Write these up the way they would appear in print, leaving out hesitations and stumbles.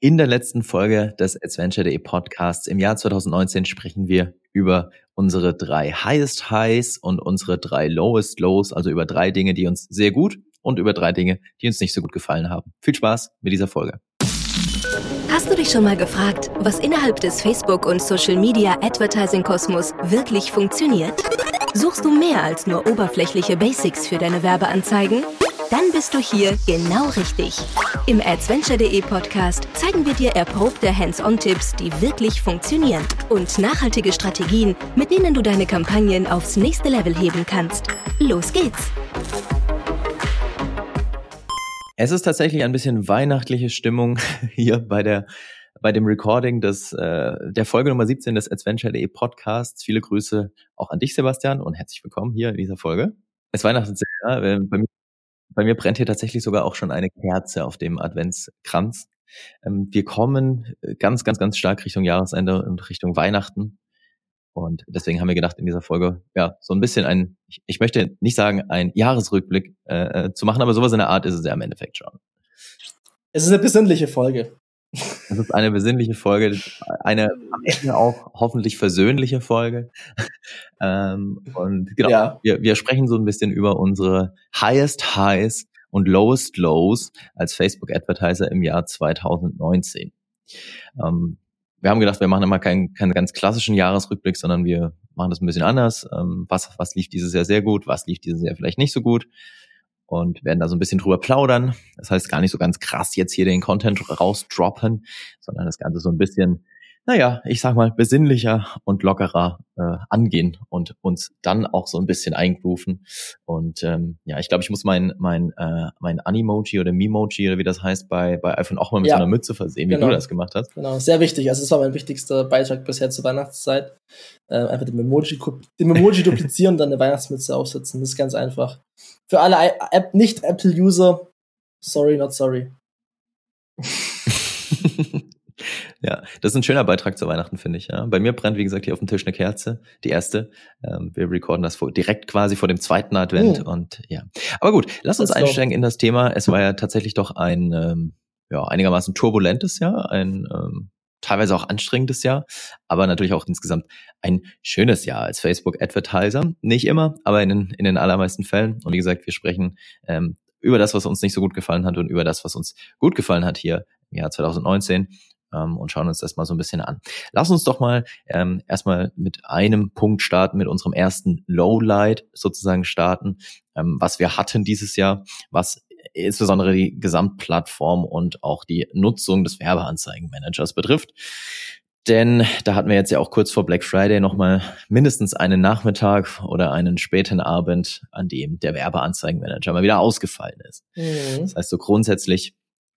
In der letzten Folge des Adventure.de Podcasts im Jahr 2019 sprechen wir über unsere 3 Highest Highs und unsere 3 Lowest Lows, also über 3 Dinge, die uns sehr gut und über 3 Dinge, die uns nicht so gut gefallen haben. Viel Spaß mit dieser Folge. Hast du dich schon mal gefragt, was innerhalb des Facebook- und Social-Media-Advertising-Kosmos wirklich funktioniert? Suchst du mehr als nur oberflächliche Basics für deine Werbeanzeigen? Dann bist du hier genau richtig. Im Adventure.de Podcast zeigen wir dir erprobte Hands-on-Tipps, die wirklich funktionieren und nachhaltige Strategien, mit denen du deine Kampagnen aufs nächste Level heben kannst. Los geht's! Es ist tatsächlich ein bisschen weihnachtliche Stimmung hier bei dem Recording der Folge Nummer 17 des Adventure.de Podcasts. Viele Grüße auch an dich, Sebastian, und herzlich willkommen hier in dieser Folge. Es weihnachtet sehr. Bei mir brennt hier tatsächlich sogar auch schon eine Kerze auf dem Adventskranz. Wir kommen ganz, ganz, ganz stark Richtung Jahresende und Richtung Weihnachten. Und deswegen haben wir gedacht, in dieser Folge so ein bisschen ich möchte nicht sagen, ein Jahresrückblick zu machen, aber sowas in der Art ist es ja im Endeffekt schon. Es ist eine besinnliche Folge. Es ist eine besinnliche Folge, eine auch hoffentlich versöhnliche Folge. Und genau, ja. Wir sprechen so ein bisschen über unsere Highest Highs und Lowest Lows als Facebook-Advertiser im Jahr 2019. Wir haben gedacht, wir machen immer keinen ganz klassischen Jahresrückblick, sondern wir machen das ein bisschen anders. Was lief dieses Jahr sehr gut, was lief dieses Jahr vielleicht nicht so gut? Und werden da so ein bisschen drüber plaudern. Das heißt, gar nicht so ganz krass jetzt hier den Content rausdroppen, sondern das Ganze so ein bisschen, ich sag mal, besinnlicher und lockerer angehen und uns dann auch so ein bisschen eingrooven. Und ich glaube, ich muss mein Animoji oder Memoji oder wie das heißt bei iPhone auch mal mit so einer Mütze versehen, wie du das gemacht hast. Genau, sehr wichtig. Also das war mein wichtigster Beitrag bisher zur Weihnachtszeit. Einfach den Memoji duplizieren und dann eine Weihnachtsmütze aufsetzen. Das ist ganz einfach. Für alle Nicht-Apple-User, sorry, not sorry. Ja, das ist ein schöner Beitrag zu Weihnachten, finde ich. Ja. Bei mir brennt, wie gesagt, hier auf dem Tisch eine Kerze, die erste. Wir recorden das direkt quasi vor dem zweiten Advent. Und ja, aber gut, lass uns einsteigen in das Thema. Es war ja tatsächlich doch ein einigermaßen turbulentes Jahr, ein teilweise auch anstrengendes Jahr, aber natürlich auch insgesamt ein schönes Jahr als Facebook-Advertiser. Nicht immer, aber in den allermeisten Fällen. Und wie gesagt, wir sprechen über das, was uns nicht so gut gefallen hat und über das, was uns gut gefallen hat hier im Jahr 2019 und schauen uns das mal so ein bisschen an. Lass uns doch mal erstmal mit einem Punkt starten, mit unserem ersten Lowlight sozusagen starten, was wir hatten dieses Jahr, was insbesondere die Gesamtplattform und auch die Nutzung des Werbeanzeigenmanagers betrifft. Denn da hatten wir jetzt ja auch kurz vor Black Friday nochmal mindestens einen Nachmittag oder einen späten Abend, an dem der Werbeanzeigenmanager mal wieder ausgefallen ist. Mhm. Das heißt so grundsätzlich,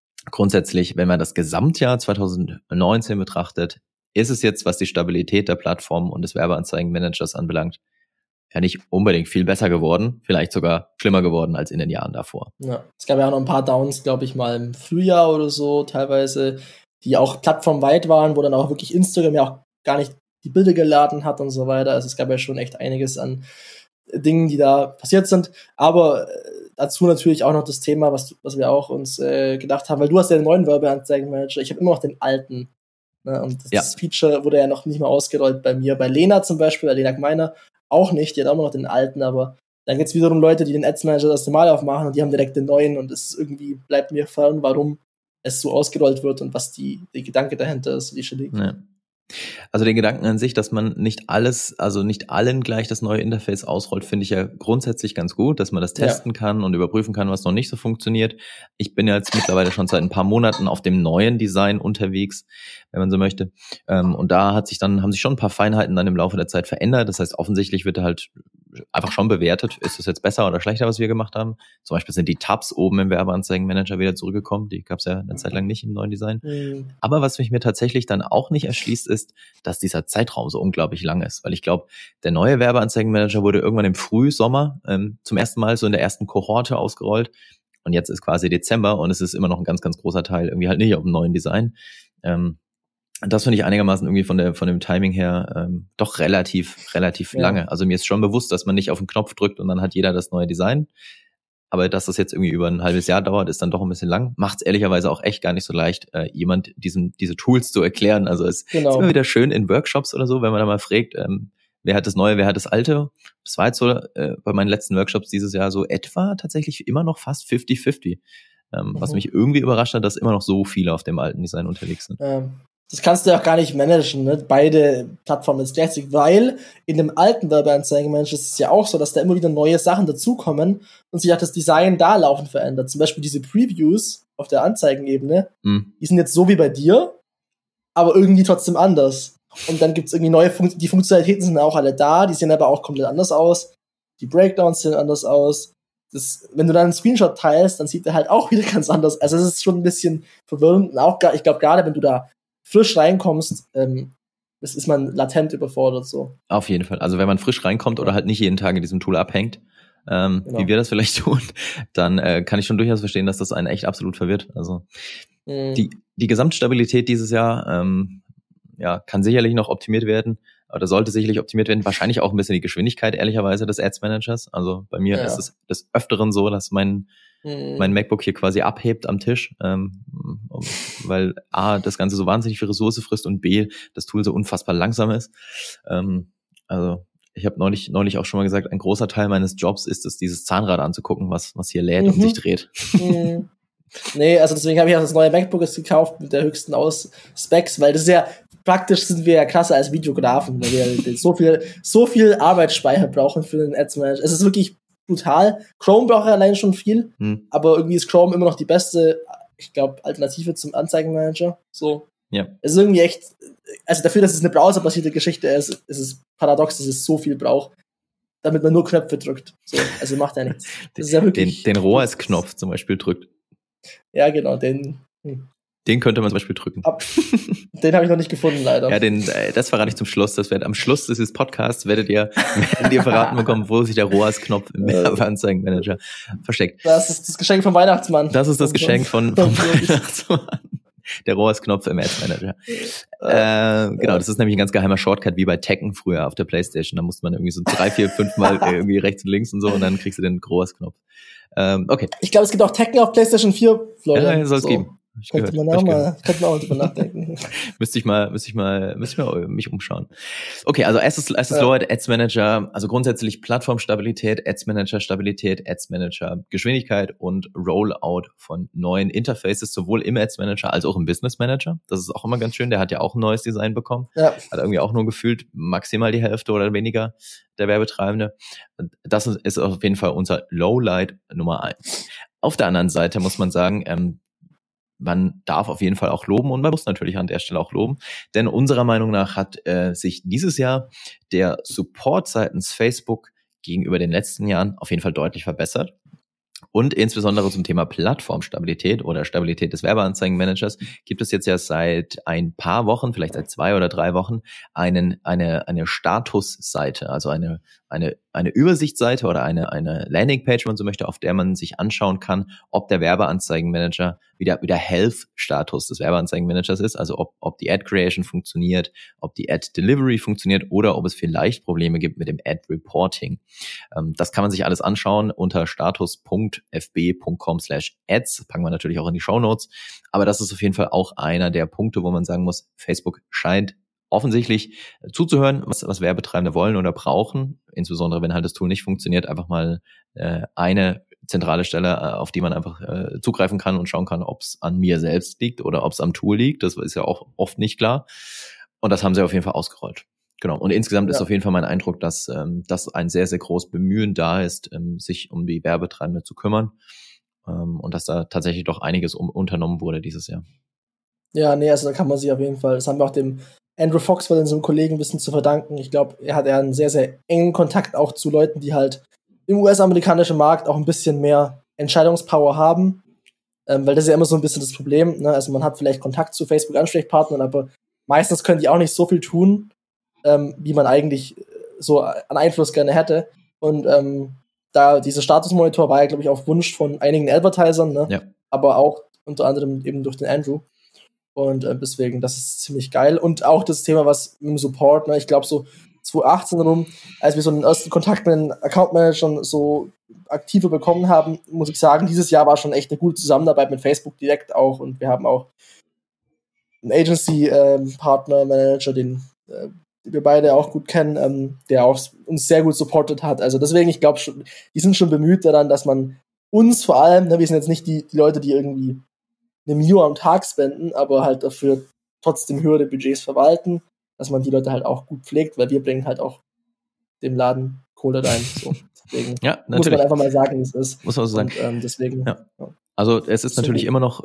wenn man das Gesamtjahr 2019 betrachtet, ist es jetzt, was die Stabilität der Plattform und des Werbeanzeigenmanagers anbelangt, ja nicht unbedingt viel besser geworden, vielleicht sogar schlimmer geworden als in den Jahren davor. Ja, es gab ja auch noch ein paar Downs, glaube ich, mal im Frühjahr oder so teilweise, die auch plattformweit waren, wo dann auch wirklich Instagram ja auch gar nicht die Bilder geladen hat und so weiter. Also es gab ja schon echt einiges an Dingen, die da passiert sind. Aber dazu natürlich auch noch das Thema, was wir auch uns gedacht haben, weil du hast ja den neuen Werbeanzeigenmanager, ich habe immer noch den alten. Ne? Und das Feature wurde ja noch nicht mal ausgerollt bei mir. Bei Lena zum Beispiel, bei Lena Gmeiner, auch nicht, die hat auch immer noch den alten, aber dann gibt's wiederum Leute, die den Ads Manager das normal aufmachen und die haben direkt den neuen und es irgendwie bleibt mir fern, warum es so ausgerollt wird und was die Gedanke dahinter ist, wie schon liegt. Ja. Also den Gedanken an sich, dass man nicht allen gleich das neue Interface ausrollt, finde ich ja grundsätzlich ganz gut, dass man das testen kann und überprüfen kann, was noch nicht so funktioniert. Ich bin ja jetzt mittlerweile schon seit ein paar Monaten auf dem neuen Design unterwegs, wenn man so möchte. Und da haben sich schon ein paar Feinheiten dann im Laufe der Zeit verändert. Das heißt, offensichtlich wird halt einfach schon bewertet, ist es jetzt besser oder schlechter, was wir gemacht haben. Zum Beispiel sind die Tabs oben im Werbeanzeigenmanager wieder zurückgekommen. Die gab es ja eine Zeit lang nicht im neuen Design. Mhm. Aber was mich mir tatsächlich dann auch nicht erschließt, ist, dass dieser Zeitraum so unglaublich lang ist. Weil ich glaube, der neue Werbeanzeigenmanager wurde irgendwann im Frühsommer zum ersten Mal so in der ersten Kohorte ausgerollt. Und jetzt ist quasi Dezember und es ist immer noch ein ganz, ganz großer Teil irgendwie halt nicht auf dem neuen Design. Das finde ich einigermaßen irgendwie von dem Timing her doch relativ lange. Also mir ist schon bewusst, dass man nicht auf den Knopf drückt und dann hat jeder das neue Design. Aber dass das jetzt irgendwie über ein halbes Jahr dauert, ist dann doch ein bisschen lang. Macht es ehrlicherweise auch echt gar nicht so leicht, jemand diese Tools zu erklären. Also es ist immer wieder schön in Workshops oder so, wenn man da mal fragt, wer hat das Neue, wer hat das Alte. Das war jetzt so bei meinen letzten Workshops dieses Jahr so etwa tatsächlich immer noch fast 50-50. Was mich irgendwie überrascht hat, dass immer noch so viele auf dem alten Design unterwegs sind. Das kannst du auch gar nicht managen, ne? Beide Plattformen ist gleichzeitig, weil in dem alten Werbeanzeigenmanager ist es ja auch so, dass da immer wieder neue Sachen dazukommen und sich auch das Design da laufend verändert. Zum Beispiel diese Previews auf der Anzeigenebene, die sind jetzt so wie bei dir, aber irgendwie trotzdem anders. Und dann gibt's irgendwie neue die Funktionalitäten sind auch alle da, die sehen aber auch komplett anders aus. Die Breakdowns sehen anders aus. Wenn du dann einen Screenshot teilst, dann sieht der halt auch wieder ganz anders. Also es ist schon ein bisschen verwirrend. Und auch, ich glaube, gerade wenn du da frisch reinkommst, das ist man latent überfordert so. Auf jeden Fall. Also wenn man frisch reinkommt oder halt nicht jeden Tag in diesem Tool abhängt, wie wir das vielleicht tun, dann kann ich schon durchaus verstehen, dass das einen echt absolut verwirrt. Also die Gesamtstabilität dieses Jahr kann sicherlich noch optimiert werden oder sollte sicherlich optimiert werden. Wahrscheinlich auch ein bisschen die Geschwindigkeit, ehrlicherweise, des Ads Managers. Also bei mir ist es des Öfteren so, dass mein MacBook hier quasi abhebt am Tisch, weil A, das Ganze so wahnsinnig viel Ressource frisst und B, das Tool so unfassbar langsam ist. Also ich habe neulich auch schon mal gesagt, ein großer Teil meines Jobs ist es, dieses Zahnrad anzugucken, was hier lädt und sich dreht. Nee, also deswegen habe ich auch das neue MacBook gekauft mit der höchsten Specs, weil das ist ja, praktisch sind wir ja krasser als Videografen, weil wir so viel Arbeitsspeicher brauchen für den Ads Manager. Es ist wirklich brutal. Chrome braucht ja allein schon viel, aber irgendwie ist Chrome immer noch die beste, ich glaube, Alternative zum Anzeigenmanager. So. Ja. Es ist irgendwie echt, also dafür, dass es eine browserbasierte Geschichte ist, ist es paradox, dass es so viel braucht, damit man nur Knöpfe drückt. So, also macht ja nichts. Das ist ja wirklich den ROAS-Knopf zum Beispiel drückt. Ja, genau, den könnte man zum Beispiel drücken. Den habe ich noch nicht gefunden, leider. Ja, das verrate ich zum Schluss. Am Schluss dieses Podcasts werdet ihr verraten bekommen, wo sich der ROAS-Knopf im Werbeanzeigenmanager versteckt. Das ist das Geschenk vom Weihnachtsmann. Das ist das Geschenk vom Weihnachtsmann. Der ROAS-Knopf im Ads Manager. Genau, das ist nämlich ein ganz geheimer Shortcut, wie bei Tekken früher auf der Playstation. Da musste man irgendwie so 3, 4, 5 Mal irgendwie rechts und links und so und dann kriegst du den ROAS-Knopf. Okay. Ich glaube, es gibt auch Tekken auf PlayStation 4, Florian. Ja, soll es geben. Könnte man auch mal drüber nachdenken. müsste ich mal mich umschauen. Okay, also erstes Leute, Ads Manager, also grundsätzlich Plattformstabilität, Ads Manager Stabilität, Ads Manager Geschwindigkeit und Rollout von neuen Interfaces, sowohl im Ads Manager als auch im Business Manager. Das ist auch immer ganz schön. Der hat ja auch ein neues Design bekommen. Ja. Hat irgendwie auch nur gefühlt maximal die Hälfte oder weniger der Werbetreibende. Das ist auf jeden Fall unser Lowlight Nummer 1. Auf der anderen Seite muss man sagen, man darf auf jeden Fall auch loben und man muss natürlich an der Stelle auch loben, denn unserer Meinung nach hat sich dieses Jahr der Support seitens Facebook gegenüber den letzten Jahren auf jeden Fall deutlich verbessert. Und insbesondere zum Thema Plattformstabilität oder Stabilität des Werbeanzeigenmanagers gibt es jetzt ja seit ein paar Wochen, vielleicht seit 2 oder 3 Wochen, eine Statusseite, also eine Übersichtsseite oder eine Landingpage, wenn man so möchte, auf der man sich anschauen kann, ob der Werbeanzeigenmanager wieder Health-Status des Werbeanzeigenmanagers ist, also ob die Ad-Creation funktioniert, ob die Ad-Delivery funktioniert oder ob es vielleicht Probleme gibt mit dem Ad-Reporting. Das kann man sich alles anschauen unter status.fb.com/ads, packen wir natürlich auch in die Shownotes, aber das ist auf jeden Fall auch einer der Punkte, wo man sagen muss, Facebook scheint offensichtlich zuzuhören, was Werbetreibende wollen oder brauchen, insbesondere wenn halt das Tool nicht funktioniert, einfach mal eine zentrale Stelle, auf die man einfach zugreifen kann und schauen kann, ob es an mir selbst liegt oder ob es am Tool liegt. Das ist ja auch oft nicht klar. Und das haben sie auf jeden Fall ausgerollt. Genau. Und insgesamt ist auf jeden Fall mein Eindruck, dass ein sehr, sehr großes Bemühen da ist, sich um die Werbetreibende zu kümmern. Und dass da tatsächlich doch einiges unternommen wurde dieses Jahr. Ja, nee, also da kann man sich auf jeden Fall, das haben wir auch dem Andrew Fox von unserem Kollegen ein bisschen zu verdanken. Ich glaube, er hat einen sehr, sehr engen Kontakt auch zu Leuten, die halt im US-amerikanischen Markt auch ein bisschen mehr Entscheidungspower haben, weil das ist ja immer so ein bisschen das Problem, ne? Also man hat vielleicht Kontakt zu Facebook-Ansprechpartnern, aber meistens können die auch nicht so viel tun, wie man eigentlich so an Einfluss gerne hätte. Und da dieser Statusmonitor war ja, glaube ich, auf Wunsch von einigen Advertisern, ne? Ja. Aber auch unter anderem eben durch den Andrew. Und deswegen, das ist ziemlich geil. Und auch das Thema, was im Support, ne, ich glaube so, 2018 rum, als wir so den ersten Kontakt mit den Account Managern so aktiver bekommen haben, muss ich sagen, dieses Jahr war schon echt eine gute Zusammenarbeit mit Facebook direkt auch, und wir haben auch einen Agency-Partner, Manager, den wir beide auch gut kennen, der auch uns sehr gut supportet hat. Also deswegen, ich glaube schon, die sind schon bemüht daran, dass man uns vor allem, ne, wir sind jetzt nicht die Leute, die irgendwie 1 Million am Tag spenden, aber halt dafür trotzdem höhere Budgets verwalten, dass man die Leute halt auch gut pflegt, weil wir bringen halt auch dem Laden Kohle rein. So. Deswegen ja, muss man einfach mal sagen, wie es ist. Muss man so sagen. Und, deswegen, ja. Also es ist natürlich immer noch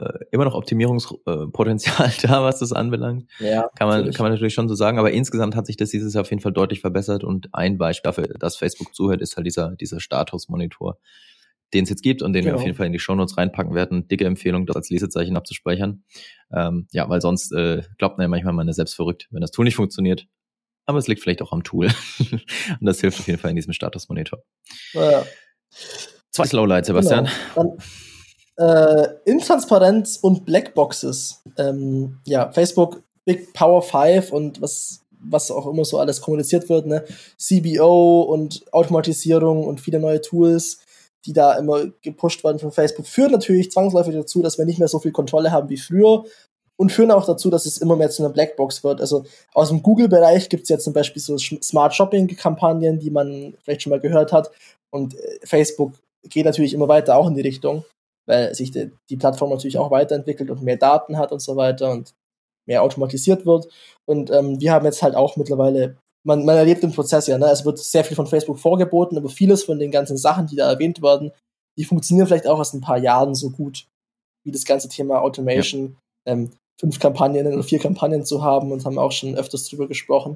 Optimierungspotenzial da, was das anbelangt. Ja, kann man natürlich schon so sagen, aber insgesamt hat sich das dieses Jahr auf jeden Fall deutlich verbessert, und ein Beispiel dafür, dass Facebook zuhört, ist halt dieser Statusmonitor, den es jetzt gibt und den wir auf jeden Fall in die Shownotes reinpacken werden. Dicke Empfehlung, das als Lesezeichen abzuspeichern. Ja, weil sonst glaubt man ja manchmal, man ist selbst verrückt, wenn das Tool nicht funktioniert. Aber es liegt vielleicht auch am Tool. Und das hilft auf jeden Fall in diesem Statusmonitor. Ja. 2 Slowlights, Sebastian. Genau. Dann, Intransparenz und Blackboxes. Ja, Facebook, Big Power 5 und was auch immer so alles kommuniziert wird, ne? CBO und Automatisierung und viele neue Tools, die da immer gepusht werden von Facebook, führen natürlich zwangsläufig dazu, dass wir nicht mehr so viel Kontrolle haben wie früher, und führen auch dazu, dass es immer mehr zu einer Blackbox wird. Also aus dem Google-Bereich gibt es ja zum Beispiel so Smart Shopping-Kampagnen, die man vielleicht schon mal gehört hat, und Facebook geht natürlich immer weiter auch in die Richtung, weil sich die Plattform natürlich auch weiterentwickelt und mehr Daten hat und so weiter und mehr automatisiert wird. Und wir haben jetzt halt auch mittlerweile, man erlebt den Prozess ja, ne? Es wird sehr viel von Facebook vorgeboten, aber vieles von den ganzen Sachen, die da erwähnt werden, die funktionieren vielleicht auch erst ein paar Jahren so gut, wie das ganze Thema Automation, 5 Kampagnen oder 4 Kampagnen zu haben, und haben auch schon öfters drüber gesprochen.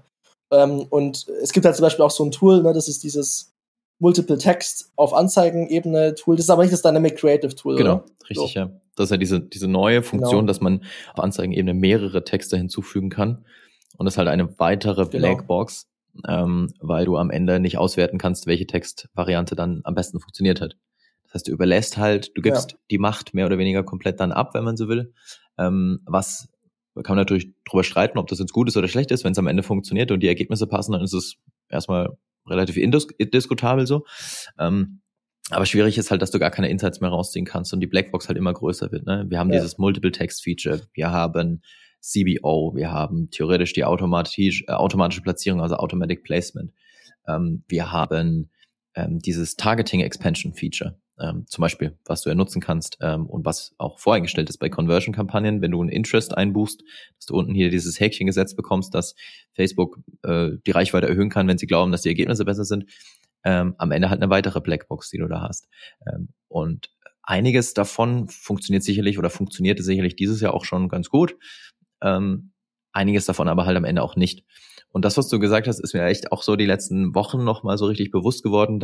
Und es gibt halt zum Beispiel auch so ein Tool, ne? Das ist dieses Multiple Text auf Anzeigenebene Tool. Das ist aber nicht das Dynamic Creative Tool, genau, oder? Richtig, so. Ja. Das ist ja diese neue Funktion, dass man auf Anzeigenebene mehrere Texte hinzufügen kann. Und das ist halt eine weitere Blackbox, weil du am Ende nicht auswerten kannst, welche Textvariante dann am besten funktioniert hat. Das heißt, du gibst die Macht mehr oder weniger komplett dann ab, wenn man so will. Was kann man natürlich drüber streiten, ob das jetzt gut ist oder schlecht ist. Wenn es am Ende funktioniert und die Ergebnisse passen, dann ist es erstmal relativ indiskutabel so. Aber schwierig ist halt, dass du gar keine Insights mehr rausziehen kannst und die Blackbox halt immer größer wird. Ne? Wir haben dieses Multiple-Text-Feature, wir haben CBO, wir haben theoretisch die automatische Platzierung, also Automatic Placement. Wir haben dieses Targeting-Expansion-Feature, zum Beispiel, was du ja nutzen kannst und was auch voreingestellt ist bei Conversion-Kampagnen, wenn du einen Interest einbuchst, dass du unten hier dieses Häkchen gesetzt bekommst, dass Facebook die Reichweite erhöhen kann, wenn sie glauben, dass die Ergebnisse besser sind. Am Ende halt eine weitere Blackbox, die du da hast. Und einiges davon funktionierte sicherlich dieses Jahr auch schon ganz gut. Einiges davon aber halt am Ende auch nicht. Und das, was du gesagt hast, ist mir echt auch so die letzten Wochen nochmal so richtig bewusst geworden,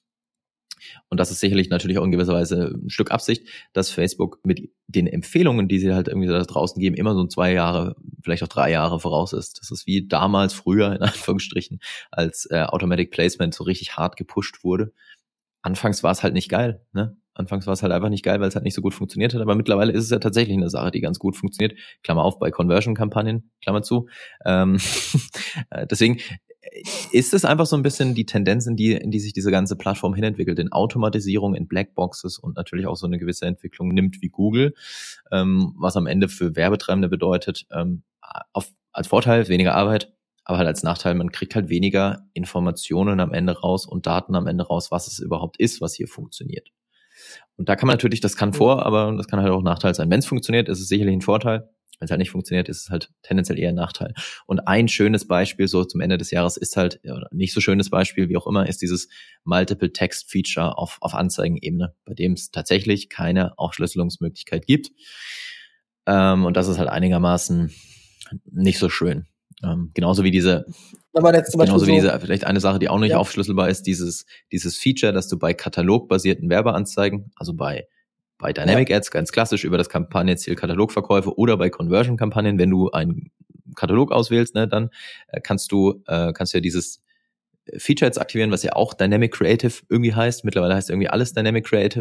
und das ist sicherlich natürlich auch in gewisser Weise ein Stück Absicht, dass Facebook mit den Empfehlungen, die sie halt irgendwie da draußen geben, immer so 2 Jahre, vielleicht auch 3 Jahre voraus ist. Das ist wie damals früher, in Anführungsstrichen, als Automatic Placement so richtig hart gepusht wurde. Anfangs war es halt nicht geil, ne? Anfangs war es halt einfach nicht geil, weil es halt nicht so gut funktioniert hat, aber mittlerweile ist es ja tatsächlich eine Sache, die ganz gut funktioniert. Klammer auf, bei Conversion-Kampagnen, Klammer zu. Deswegen ist es einfach so ein bisschen die Tendenz, in die sich diese ganze Plattform hinentwickelt, in Automatisierung, in Blackboxes und natürlich auch so eine gewisse Entwicklung nimmt wie Google, was am Ende für Werbetreibende bedeutet, als Vorteil weniger Arbeit, aber halt als Nachteil, man kriegt halt weniger Informationen am Ende raus und Daten am Ende raus, was es überhaupt ist, was hier funktioniert. Und da kann man natürlich, das kann aber das kann halt auch Nachteil sein. Wenn es funktioniert, ist es sicherlich ein Vorteil. Wenn es halt nicht funktioniert, ist es halt tendenziell eher ein Nachteil. Und ein schönes Beispiel so zum Ende des Jahres ist halt, oder nicht so schönes Beispiel, wie auch immer, ist dieses Multiple-Text-Feature auf Anzeigenebene, bei dem es tatsächlich keine Aufschlüsselungsmöglichkeit gibt. Und das ist halt einigermaßen nicht so schön. Genauso wie vielleicht eine Sache, die auch nicht aufschlüsselbar ist, dieses Feature, dass du bei katalogbasierten Werbeanzeigen, also bei Dynamic Ads ganz klassisch über das Kampagnenziel Katalogverkäufe oder bei Conversion-Kampagnen, wenn du einen Katalog auswählst, ne, dann kannst du ja dieses Feature jetzt aktivieren, was ja auch Dynamic Creative irgendwie heißt. Mittlerweile heißt irgendwie alles Dynamic Creative.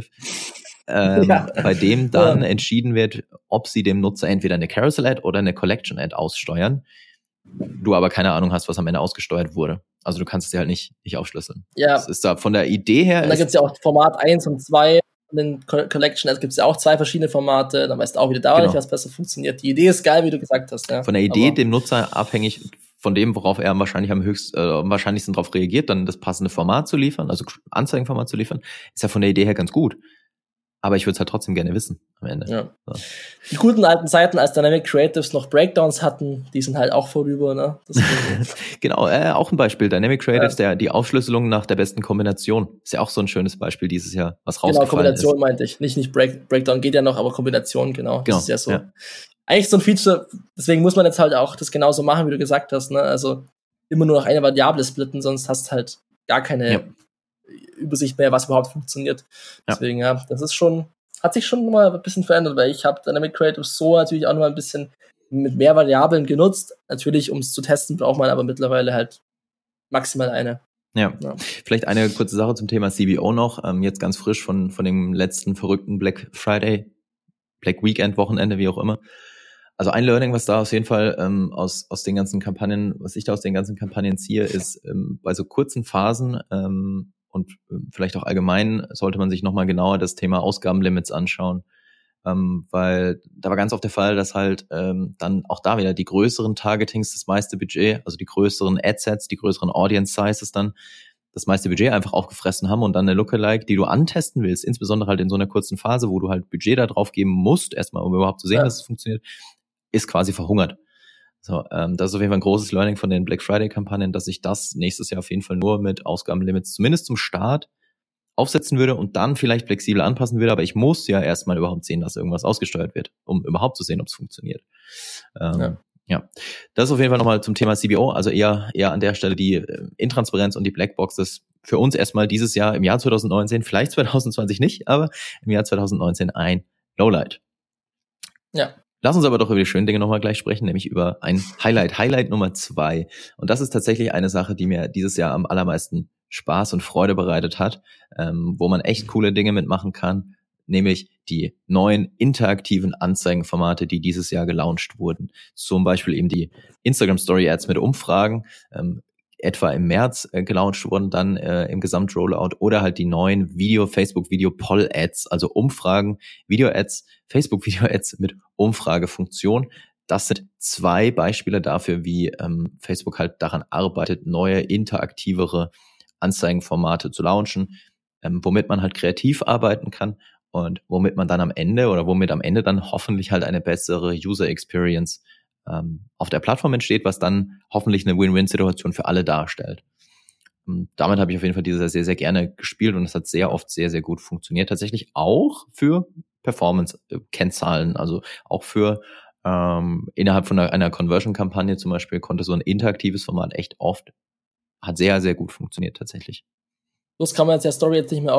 Bei dem dann entschieden wird, ob sie dem Nutzer entweder eine Carousel-Ad oder eine Collection-Ad aussteuern. du aber keine Ahnung hast, was am Ende ausgesteuert wurde. Also du kannst es dir halt nicht aufschlüsseln. Ja. Das ist da von der Idee her. Und da gibt es ja auch Format 1 und 2 in den Collection. Also gibt es ja auch 2 verschiedene Formate. Dann weißt du auch wieder da nicht, was besser funktioniert. Die Idee ist geil, wie du gesagt hast. Ja. Von der Idee, dem Nutzer abhängig von dem, worauf er wahrscheinlich am wahrscheinlichsten darauf reagiert, dann das passende Format zu liefern, also Anzeigenformat zu liefern, ist ja von der Idee her ganz gut. Aber ich würde es halt trotzdem gerne wissen am Ende. Ja. So. Die guten alten Zeiten, als Dynamic Creatives noch Breakdowns hatten, die sind halt auch vorüber. Ne? Genau, auch ein Beispiel. Dynamic Creatives, die Aufschlüsselung nach der besten Kombination. Ist ja auch so ein schönes Beispiel dieses Jahr, was rausgefallen ist. Genau, Kombination meinte ich. Nicht Breakdown geht ja noch, aber Kombination, genau. Das ist ja so. Ja. Eigentlich so ein Feature, deswegen muss man jetzt halt auch das genauso machen, wie du gesagt hast. Ne? Also immer nur noch eine Variable splitten, sonst hast du halt gar keine Übersicht mehr, was überhaupt funktioniert. Deswegen, das ist schon, hat sich schon mal ein bisschen verändert, weil ich habe Dynamic Creatives so natürlich auch noch mal ein bisschen mit mehr Variablen genutzt. Natürlich, um es zu testen, braucht man aber mittlerweile halt maximal eine. Ja. Vielleicht eine kurze Sache zum Thema CBO noch. Jetzt ganz frisch von dem letzten verrückten Black Friday, Black Weekend, Wochenende, wie auch immer. Also ein Learning, was da auf jeden Fall aus den ganzen Kampagnen, was ich da aus den ganzen Kampagnen ziehe, ist bei so kurzen Phasen und vielleicht auch allgemein sollte man sich nochmal genauer das Thema Ausgabenlimits anschauen, weil da war ganz oft der Fall, dass halt dann auch da wieder die größeren Targetings das meiste Budget, also die größeren Adsets, die größeren Audience Sizes dann das meiste Budget einfach aufgefressen haben und dann eine Lookalike, die du antesten willst, insbesondere halt in so einer kurzen Phase, wo du halt Budget da drauf geben musst, erstmal um überhaupt zu sehen, dass es funktioniert, ist quasi verhungert. So, das ist auf jeden Fall ein großes Learning von den Black Friday-Kampagnen, dass ich das nächstes Jahr auf jeden Fall nur mit Ausgabenlimits zumindest zum Start aufsetzen würde und dann vielleicht flexibel anpassen würde, aber ich muss ja erstmal überhaupt sehen, dass irgendwas ausgesteuert wird, um überhaupt zu sehen, ob es funktioniert. Ja, das ist auf jeden Fall nochmal zum Thema CBO, also eher an der Stelle die Intransparenz und die Blackbox, das für uns erstmal dieses Jahr, im Jahr 2019, vielleicht 2020 nicht, aber im Jahr 2019 ein Lowlight. Ja. Lass uns aber doch über die schönen Dinge nochmal gleich sprechen, nämlich über ein Highlight. Highlight Nummer 2. Und das ist tatsächlich eine Sache, die mir dieses Jahr am allermeisten Spaß und Freude bereitet hat, wo man echt coole Dinge mitmachen kann, nämlich die neuen interaktiven Anzeigenformate, die dieses Jahr gelauncht wurden. Zum Beispiel eben die Instagram Story Ads mit Umfragen, etwa im März gelauncht wurden, dann im Gesamtrollout, oder halt die neuen Facebook Video Poll Ads, also Umfragen, Video Ads, Facebook Video Ads mit Umfragefunktion. Das sind 2 Beispiele dafür, wie Facebook halt daran arbeitet, neue, interaktivere Anzeigenformate zu launchen, womit man halt kreativ arbeiten kann und womit man dann am Ende dann hoffentlich halt eine bessere User Experience auf der Plattform entsteht, was dann hoffentlich eine Win-Win-Situation für alle darstellt. Damit habe ich auf jeden Fall dieses Jahr sehr, sehr gerne gespielt und es hat sehr oft sehr, sehr gut funktioniert. Tatsächlich auch für Performance-Kennzahlen, also auch für innerhalb von einer Conversion-Kampagne zum Beispiel konnte so ein interaktives Format echt oft, hat sehr, sehr gut funktioniert tatsächlich. Bloß kann man jetzt ja Story jetzt nicht mehr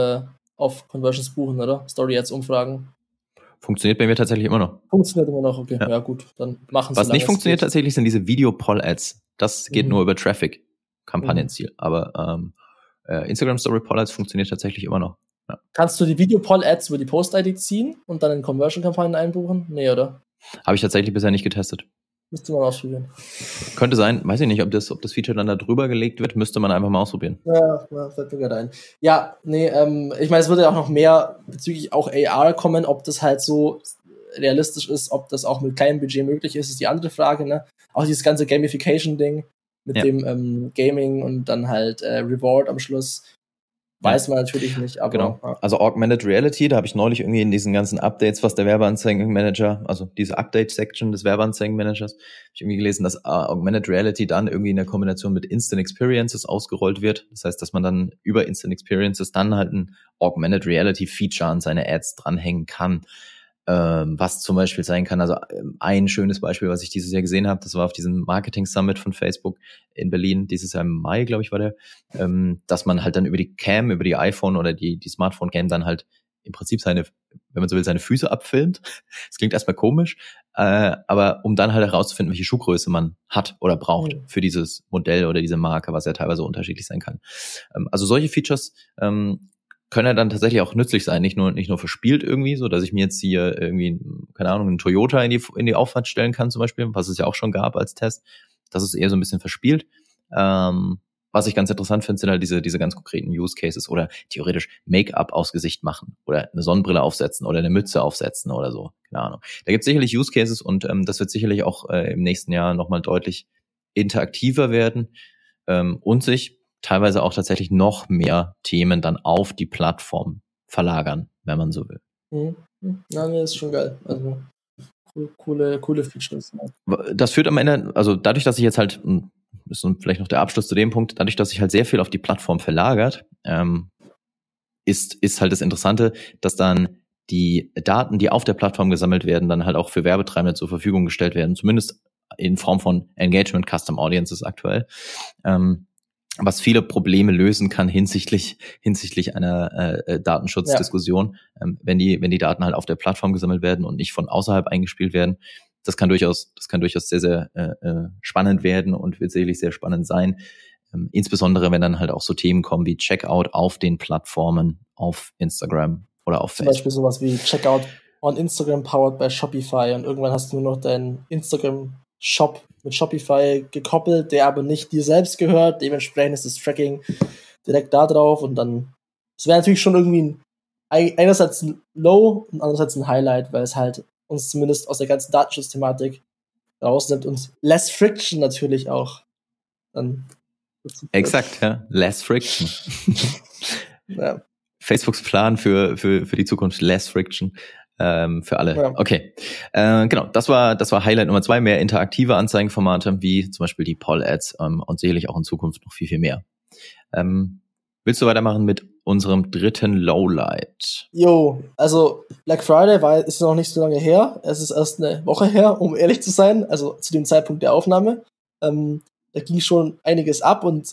auf Conversions buchen, oder? Story Ads Umfragen. Funktioniert bei mir tatsächlich immer noch. Funktioniert immer noch, okay. Ja gut, dann machen sie. Was nicht funktioniert tatsächlich, sind diese Video-Poll-Ads. Das geht nur über Traffic, Kampagnenziel. Aber Instagram Story Poll-Ads funktioniert tatsächlich immer noch. Ja. Kannst du die Video-Poll-Ads über die Post-ID ziehen und dann in Conversion-Kampagnen einbuchen? Nee, oder? Habe ich tatsächlich bisher nicht getestet. Müsste man ausprobieren. Könnte sein, weiß ich nicht, ob das Feature dann da drüber gelegt wird, müsste man einfach mal ausprobieren. Ja, fällt mir gerade ein. Ja, nee, ich meine, es würde ja auch noch mehr bezüglich auch AR kommen, ob das halt so realistisch ist, ob das auch mit kleinem Budget möglich ist die andere Frage, ne? Auch dieses ganze Gamification-Ding mit dem Gaming und dann halt Reward am Schluss. Weiß man natürlich nicht, aber... Genau. Also Augmented Reality, da habe ich neulich irgendwie in diesen ganzen Updates, was der Werbeanzeigenmanager, also diese Update-Section des Werbeanzeigenmanagers, habe ich irgendwie gelesen, dass Augmented Reality dann irgendwie in der Kombination mit Instant Experiences ausgerollt wird. Das heißt, dass man dann über Instant Experiences dann halt ein Augmented Reality Feature an seine Ads dranhängen kann. Was zum Beispiel sein kann, also ein schönes Beispiel, was ich dieses Jahr gesehen habe, das war auf diesem Marketing Summit von Facebook in Berlin, dieses Jahr im Mai, glaube ich, war der, dass man halt dann über die Cam, über die iPhone oder die Smartphone Cam dann halt im Prinzip seine Füße abfilmt. Das klingt erstmal komisch, aber um dann halt herauszufinden, welche Schuhgröße man hat oder braucht für dieses Modell oder diese Marke, was ja teilweise unterschiedlich sein kann. Also solche Features können ja dann tatsächlich auch nützlich sein, nicht nur verspielt irgendwie, so dass ich mir jetzt hier irgendwie, keine Ahnung, einen Toyota in die Auffahrt stellen kann zum Beispiel, was es ja auch schon gab als Test, Das ist eher so ein bisschen verspielt. Was ich ganz interessant finde, sind halt diese ganz konkreten Use Cases oder theoretisch Make-up aus Gesicht machen oder eine Sonnenbrille aufsetzen oder eine Mütze aufsetzen oder so. Keine Ahnung. Da gibt es sicherlich Use Cases und das wird sicherlich auch im nächsten Jahr nochmal deutlich interaktiver werden und sich teilweise auch tatsächlich noch mehr Themen dann auf die Plattform verlagern, wenn man so will. Ja, nee, ist schon geil. Also coole Features. Das führt am Ende, also dadurch, dass ich jetzt halt, ist vielleicht noch der Abschluss zu dem Punkt, dadurch, dass sich halt sehr viel auf die Plattform verlagert, ist halt das Interessante, dass dann die Daten, die auf der Plattform gesammelt werden, dann halt auch für Werbetreibende zur Verfügung gestellt werden, zumindest in Form von Engagement Custom Audiences aktuell, was viele Probleme lösen kann hinsichtlich einer Datenschutzdiskussion, wenn die Daten halt auf der Plattform gesammelt werden und nicht von außerhalb eingespielt werden. Das kann durchaus sehr, sehr spannend werden und wird sicherlich sehr spannend sein. Insbesondere, wenn dann halt auch so Themen kommen wie Checkout auf den Plattformen, auf Instagram oder auf Facebook. Zum Beispiel sowas wie Checkout on Instagram powered by Shopify und irgendwann hast du nur noch deinen Instagram-Shop mit Shopify gekoppelt, der aber nicht dir selbst gehört. Dementsprechend ist das Tracking direkt da drauf und dann, es wäre natürlich schon irgendwie einerseits ein Low und andererseits ein Highlight, weil es halt uns zumindest aus der ganzen Datenschutzthematik rausnimmt und less friction natürlich auch. Dann exakt, ja. Less friction. Ja. Facebooks Plan für die Zukunft, less friction. Für alle. Ja. Okay. Genau, das war Highlight Nummer 2, mehr interaktive Anzeigenformate, wie zum Beispiel die Poll-Ads und sicherlich auch in Zukunft noch viel, viel mehr. Willst du weitermachen mit unserem dritten Lowlight? Jo, also Black Friday ist noch nicht so lange her. Es ist erst eine Woche her, um ehrlich zu sein, also zu dem Zeitpunkt der Aufnahme. Da ging schon einiges ab und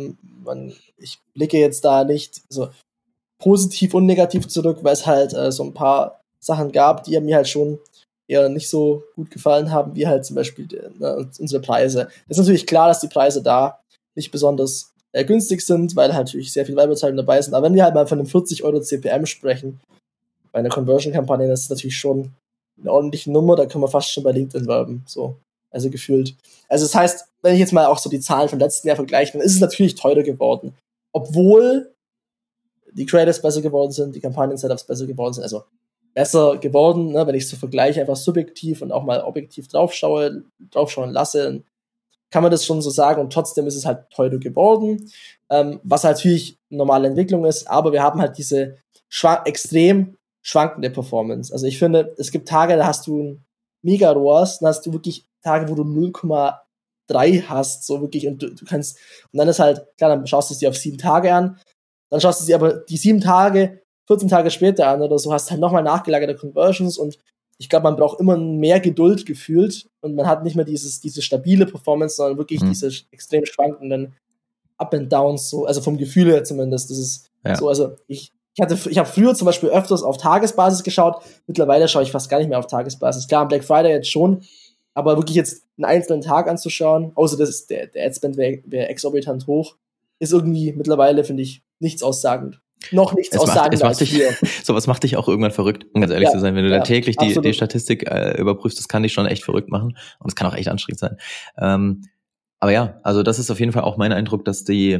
ich blicke jetzt da nicht so positiv und negativ zurück, weil es halt so ein paar Sachen gab, die mir halt schon eher nicht so gut gefallen haben, wie halt zum Beispiel unsere Preise. Es ist natürlich klar, dass die Preise da nicht besonders günstig sind, weil halt natürlich sehr viel Werbezahlungen dabei sind. Aber wenn wir halt mal von einem 40 € CPM sprechen, bei einer Conversion-Kampagne, das ist natürlich schon eine ordentliche Nummer, da können wir fast schon bei LinkedIn werben, so. Also gefühlt. Also das heißt, wenn ich jetzt mal auch so die Zahlen vom letzten Jahr vergleiche, dann ist es natürlich teurer geworden. Obwohl die Creators besser geworden sind, die Kampagnen-Setups besser geworden sind, also besser geworden, ne, wenn ich so vergleiche, einfach subjektiv und auch mal objektiv draufschauen lasse, kann man das schon so sagen und trotzdem ist es halt teurer geworden, was halt natürlich eine normale Entwicklung ist, aber wir haben halt diese extrem schwankende Performance. Also ich finde, es gibt Tage, da hast du ein Mega-ROAS, dann hast du wirklich Tage, wo du 0,3 hast, so wirklich, und du kannst, und dann ist halt, klar, dann schaust du es dir auf 7 Tage an, dann schaust du dir aber die 7 Tage, 14 Tage später an oder so, hast halt nochmal nachgelagerte Conversions und ich glaube, man braucht immer mehr Geduld gefühlt und man hat nicht mehr diese stabile Performance, sondern wirklich diese extrem schwankenden Up and Downs, so, also vom Gefühl her zumindest, das ist so, also ich habe früher zum Beispiel öfters auf Tagesbasis geschaut, mittlerweile schaue ich fast gar nicht mehr auf Tagesbasis. Klar, am Black Friday jetzt schon, aber wirklich jetzt einen einzelnen Tag anzuschauen, außer der Adspend wäre exorbitant hoch, ist irgendwie mittlerweile, finde ich, nichts aussagend. Noch nichts aussagend als früher. Sowas macht dich auch irgendwann verrückt, um ganz ehrlich zu sein. Wenn du da täglich die Statistik überprüfst, das kann dich schon echt verrückt machen und es kann auch echt anstrengend sein. Aber ja, also das ist auf jeden Fall auch mein Eindruck, dass die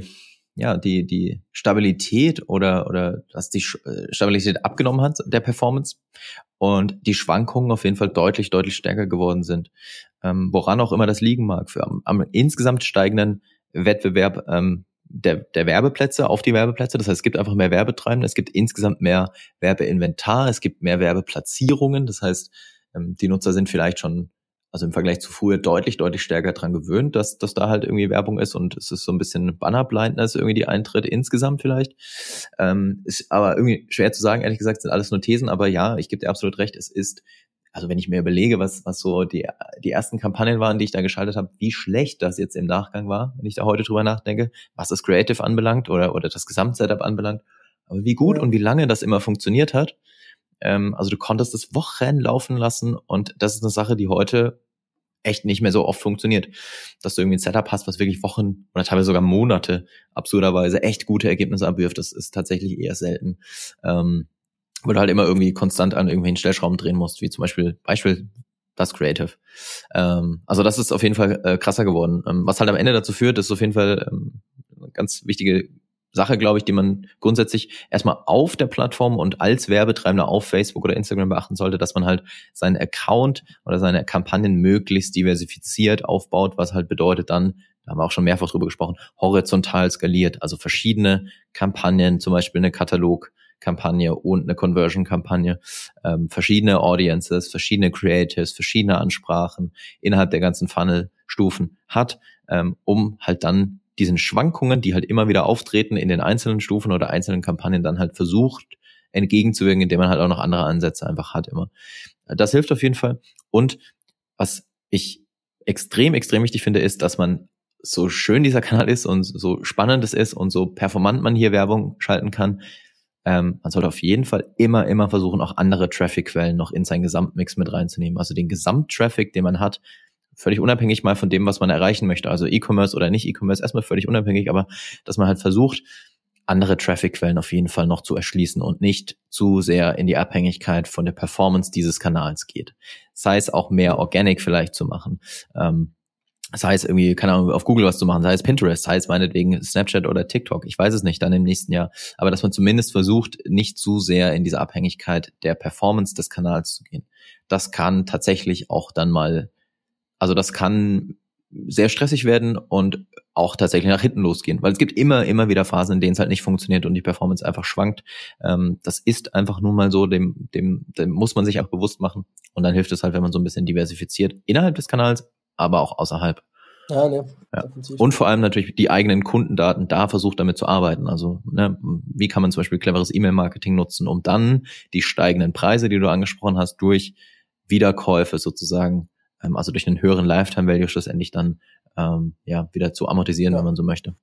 Stabilität oder dass die Stabilität abgenommen hat der Performance und die Schwankungen auf jeden Fall deutlich, deutlich stärker geworden sind. Woran auch immer das liegen mag, für am insgesamt steigenden Wettbewerb der Werbeplätze auf die Werbeplätze. Das heißt, es gibt einfach mehr Werbetreibende, es gibt insgesamt mehr Werbeinventar, es gibt mehr Werbeplatzierungen. Das heißt, die Nutzer sind vielleicht schon, also im Vergleich zu früher, deutlich, deutlich stärker dran gewöhnt, dass da halt irgendwie Werbung ist und es ist so ein bisschen Banner-Blindness irgendwie, die eintritt insgesamt vielleicht. Ist aber irgendwie schwer zu sagen, ehrlich gesagt, sind alles nur Thesen, aber ja, ich gebe dir absolut recht, es ist, also wenn ich mir überlege, was so die ersten Kampagnen waren, die ich da geschaltet habe, wie schlecht das jetzt im Nachgang war, wenn ich da heute drüber nachdenke, was das Creative anbelangt oder das Gesamtsetup anbelangt, aber wie gut und wie lange das immer funktioniert hat. Also du konntest es Wochen laufen lassen und das ist eine Sache, die heute echt nicht mehr so oft funktioniert, dass du irgendwie ein Setup hast, was wirklich Wochen oder teilweise sogar Monate absurderweise echt gute Ergebnisse abwirft. Das ist tatsächlich eher selten. Wo du halt immer irgendwie konstant an irgendwelchen Stellschrauben drehen musst, wie zum Beispiel das Creative. Also das ist auf jeden Fall krasser geworden. Was halt am Ende dazu führt, ist auf jeden Fall eine ganz wichtige Sache, glaube ich, die man grundsätzlich erstmal auf der Plattform und als Werbetreibender auf Facebook oder Instagram beachten sollte, dass man halt seinen Account oder seine Kampagnen möglichst diversifiziert aufbaut, was halt bedeutet dann, da haben wir auch schon mehrfach drüber gesprochen, horizontal skaliert, also verschiedene Kampagnen, zum Beispiel eine Katalog-Kampagne und eine Conversion-Kampagne, verschiedene Audiences, verschiedene Creatives, verschiedene Ansprachen innerhalb der ganzen Funnel-Stufen hat, um halt dann diesen Schwankungen, die halt immer wieder auftreten in den einzelnen Stufen oder einzelnen Kampagnen, dann halt versucht entgegenzuwirken, indem man halt auch noch andere Ansätze einfach hat immer. Das hilft auf jeden Fall. Und was ich extrem, extrem wichtig finde, ist, dass man, so schön dieser Kanal ist und so spannend es ist und so performant man hier Werbung schalten kann, man sollte auf jeden Fall immer versuchen, auch andere Traffic-Quellen noch in seinen Gesamtmix mit reinzunehmen. Also den Gesamttraffic, den man hat, völlig unabhängig mal von dem, was man erreichen möchte, also E-Commerce oder nicht E-Commerce, erstmal völlig unabhängig, aber dass man halt versucht, andere Traffic-Quellen auf jeden Fall noch zu erschließen und nicht zu sehr in die Abhängigkeit von der Performance dieses Kanals geht. Sei es auch mehr Organic vielleicht zu machen, sei es irgendwie, keine Ahnung, auf Google was zu machen, sei es Pinterest, sei es meinetwegen Snapchat oder TikTok, ich weiß es nicht, dann im nächsten Jahr, aber dass man zumindest versucht, nicht zu sehr in diese Abhängigkeit der Performance des Kanals zu gehen. Das kann tatsächlich auch dann mal, also das kann sehr stressig werden und auch tatsächlich nach hinten losgehen, weil es gibt immer wieder Phasen, in denen es halt nicht funktioniert und die Performance einfach schwankt. Das ist einfach nun mal so, dem muss man sich auch bewusst machen und dann hilft es halt, wenn man so ein bisschen diversifiziert innerhalb des Kanals, aber auch außerhalb. Ja, ne. Ja. Und vor allem natürlich die eigenen Kundendaten, da versucht damit zu arbeiten. Also wie kann man zum Beispiel cleveres E-Mail-Marketing nutzen, um dann die steigenden Preise, die du angesprochen hast, durch Wiederkäufe sozusagen, also durch einen höheren Lifetime-Value schlussendlich dann wieder zu amortisieren, wenn man so möchte.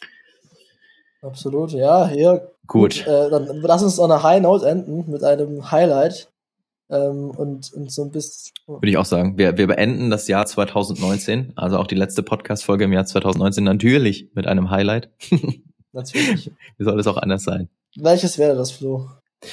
Absolut, ja, hier. Gut. Dann lass uns on a high note enden mit einem Highlight. Und so ein bisschen. Würde ich auch sagen. Wir beenden das Jahr 2019, also auch die letzte Podcast-Folge im Jahr 2019 natürlich mit einem Highlight. Natürlich. Wie soll es auch anders sein? Welches wäre das, Flo?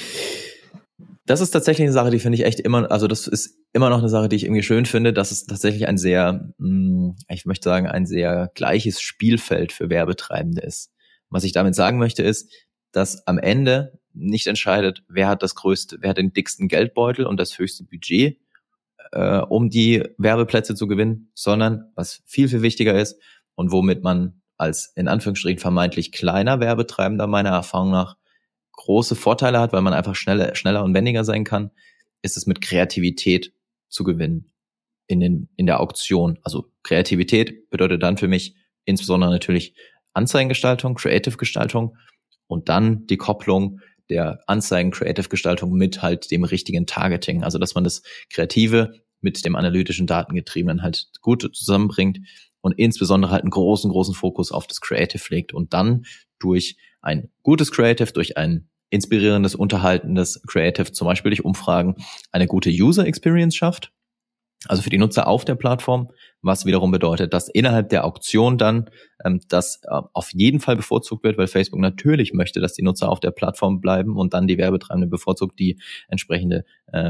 Das ist tatsächlich eine Sache, die finde ich echt immer, also das ist immer noch eine Sache, die ich irgendwie schön finde, dass es tatsächlich ein sehr, ich möchte sagen, ein sehr gleiches Spielfeld für Werbetreibende ist. Was ich damit sagen möchte ist, dass am Ende nicht entscheidet, wer hat den dicksten Geldbeutel und das höchste Budget, um die Werbeplätze zu gewinnen, sondern was viel wichtiger ist und womit man als in Anführungsstrichen vermeintlich kleiner Werbetreibender meiner Erfahrung nach große Vorteile hat, weil man einfach schneller und wendiger sein kann, ist es mit Kreativität zu gewinnen in der Auktion. Also Kreativität bedeutet dann für mich insbesondere natürlich Anzeigengestaltung, Creative-Gestaltung und dann die Kopplung der Anzeigen-Creative-Gestaltung mit halt dem richtigen Targeting. Also dass man das Kreative mit dem analytischen Datengetriebenen halt gut zusammenbringt und insbesondere halt einen großen Fokus auf das Creative legt und dann durch ein gutes Creative, durch ein inspirierendes, unterhaltendes Creative, zum Beispiel durch Umfragen, eine gute User Experience schafft, also für die Nutzer auf der Plattform, was wiederum bedeutet, dass innerhalb der Auktion dann das auf jeden Fall bevorzugt wird, weil Facebook natürlich möchte, dass die Nutzer auf der Plattform bleiben und dann die Werbetreibende bevorzugt die entsprechende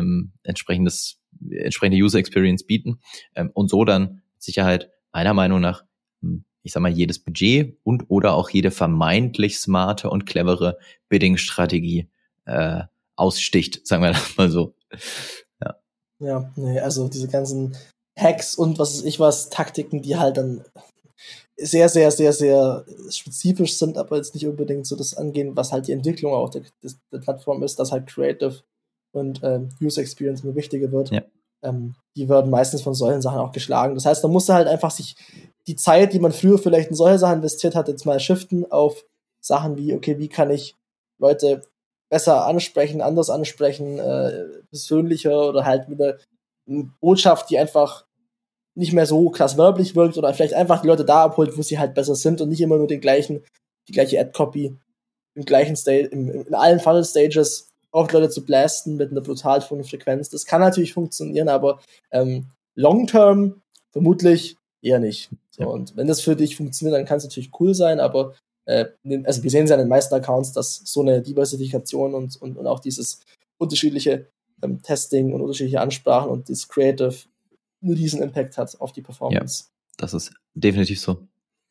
User Experience bieten und so dann mit Sicherheit meiner Meinung nach, ich sag mal, jedes Budget und oder auch jede vermeintlich smarte und clevere Bidding-Strategie aussticht, sagen wir das mal so. Ja, nee, also diese ganzen Hacks und Taktiken, die halt dann sehr spezifisch sind, aber jetzt nicht unbedingt so das angehen, was halt die Entwicklung auch der Plattform ist, dass halt Creative und User Experience immer wichtiger wird. Ja. Die werden meistens von solchen Sachen auch geschlagen. Das heißt, man muss halt einfach sich die Zeit, die man früher vielleicht in solche Sachen investiert hat, jetzt mal shiften auf Sachen wie, okay, wie kann ich Leute besser ansprechen, anders ansprechen, persönlicher oder halt mit einer Botschaft, die einfach nicht mehr so krass werblich wirkt oder vielleicht einfach die Leute da abholt, wo sie halt besser sind und nicht immer nur die gleiche Ad-Copy im gleichen in allen Funnel-Stages auf die Leute zu blasten mit einer brutal hohen Frequenz. Das kann natürlich funktionieren, aber long-term vermutlich eher nicht. So, ja. Und wenn das für dich funktioniert, dann kann es natürlich cool sein, aber also wir sehen es ja in den meisten Accounts, dass so eine Diversifikation und auch dieses unterschiedliche Testing und unterschiedliche Ansprachen und das Creative einen riesen Impact hat auf die Performance. Ja, das ist definitiv so.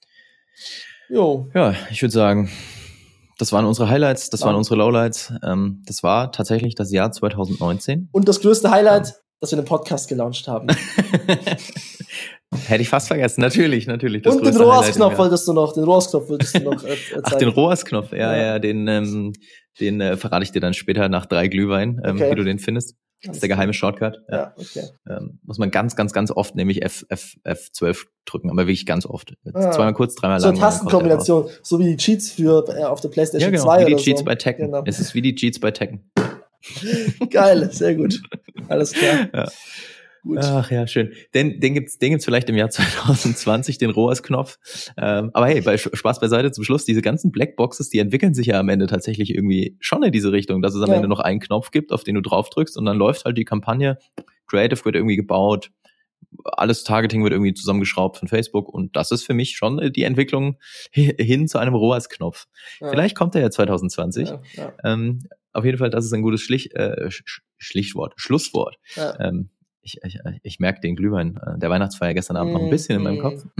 Jo. Ja, ich würde sagen, das waren unsere Highlights, das waren unsere Lowlights. Das war tatsächlich das Jahr 2019. Und das größte Highlight, dass wir den Podcast gelauncht haben. Hätte ich fast vergessen, natürlich. Das und den ROAS-Knopf wolltest du noch erzählen. Ach, den ROAS-Knopf, ja, den verrate ich dir dann später nach 3 Glühwein, wie du den findest. Das ist der geheime Shortcut. Ja, okay. Muss man ganz, ganz, ganz oft nämlich F12 drücken, aber wirklich ganz oft. Zweimal kurz, dreimal lang. So eine Tastenkombination, so wie die Cheats auf der PlayStation 2 wie die Cheats bei Tekken. Genau. Es ist wie die Cheats bei Tekken. Geil, sehr gut. Alles klar. Ja. Gut. Ach ja, schön. Den gibt's vielleicht im Jahr 2020, den ROAS-Knopf. Aber hey, Spaß beiseite zum Schluss. Diese ganzen Blackboxes, die entwickeln sich ja am Ende tatsächlich irgendwie schon in diese Richtung, dass es am Ende noch einen Knopf gibt, auf den du drauf drückst und dann läuft halt die Kampagne. Creative wird irgendwie gebaut. Alles Targeting wird irgendwie zusammengeschraubt von Facebook und das ist für mich schon die Entwicklung hin zu einem ROAS-Knopf. Ja. Vielleicht kommt der ja 2020. Ja. Auf jeden Fall, das ist ein gutes Schlusswort. Ja. Ich merke den Glühwein der Weihnachtsfeier gestern Abend noch ein bisschen in meinem Kopf.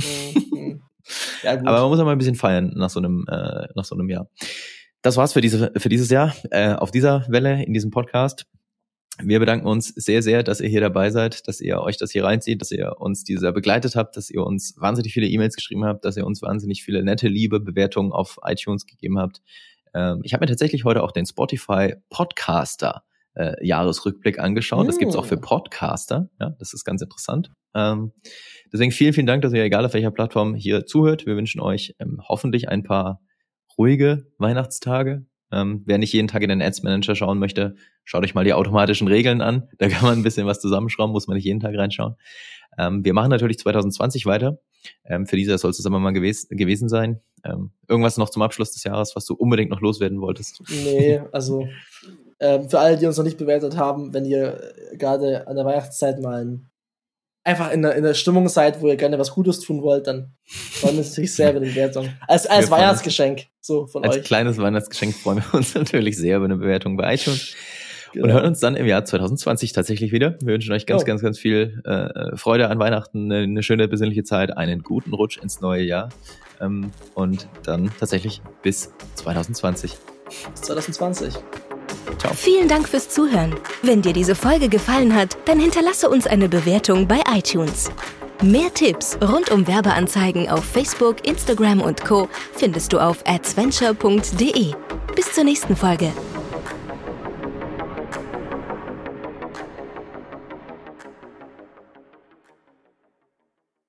Ja, gut. Aber man muss auch mal ein bisschen feiern nach so einem Jahr. Das war's für dieses Jahr auf dieser Welle in diesem Podcast. Wir bedanken uns sehr, sehr, dass ihr hier dabei seid, dass ihr euch das hier reinzieht, dass ihr uns dieses Jahr begleitet habt, dass ihr uns wahnsinnig viele E-Mails geschrieben habt, dass ihr uns wahnsinnig viele nette, liebe Bewertungen auf iTunes gegeben habt. Ich habe mir tatsächlich heute auch den Spotify Podcaster Jahresrückblick angeschaut. Das gibt's auch für Podcaster. Ja, das ist ganz interessant. Deswegen vielen, vielen Dank, dass ihr, egal auf welcher Plattform, hier zuhört. Wir wünschen euch hoffentlich ein paar ruhige Weihnachtstage. Wer nicht jeden Tag in den Ads Manager schauen möchte, schaut euch mal die automatischen Regeln an. Da kann man ein bisschen was zusammenschrauben, muss man nicht jeden Tag reinschauen. Wir machen natürlich 2020 weiter. Für dieses Jahr soll es zusammen mal gewesen sein. Irgendwas noch zum Abschluss des Jahres, was du unbedingt noch loswerden wolltest? Nee, also für alle, die uns noch nicht bewertet haben, wenn ihr gerade an der Weihnachtszeit mal einfach in der Stimmung seid, wo ihr gerne was Gutes tun wollt, dann freuen wir uns natürlich sehr über die Bewertung. Als Weihnachtsgeschenk so von euch. Als kleines Weihnachtsgeschenk freuen wir uns natürlich sehr über eine Bewertung bei iTunes. Genau. Und hören uns dann im Jahr 2020 tatsächlich wieder. Wir wünschen euch ganz, ganz viel Freude an Weihnachten, eine schöne besinnliche Zeit, einen guten Rutsch ins neue Jahr und dann tatsächlich bis 2020. Bis 2020. Ciao. Vielen Dank fürs Zuhören. Wenn dir diese Folge gefallen hat, dann hinterlasse uns eine Bewertung bei iTunes. Mehr Tipps rund um Werbeanzeigen auf Facebook, Instagram und Co. findest du auf adsventure.de. Bis zur nächsten Folge.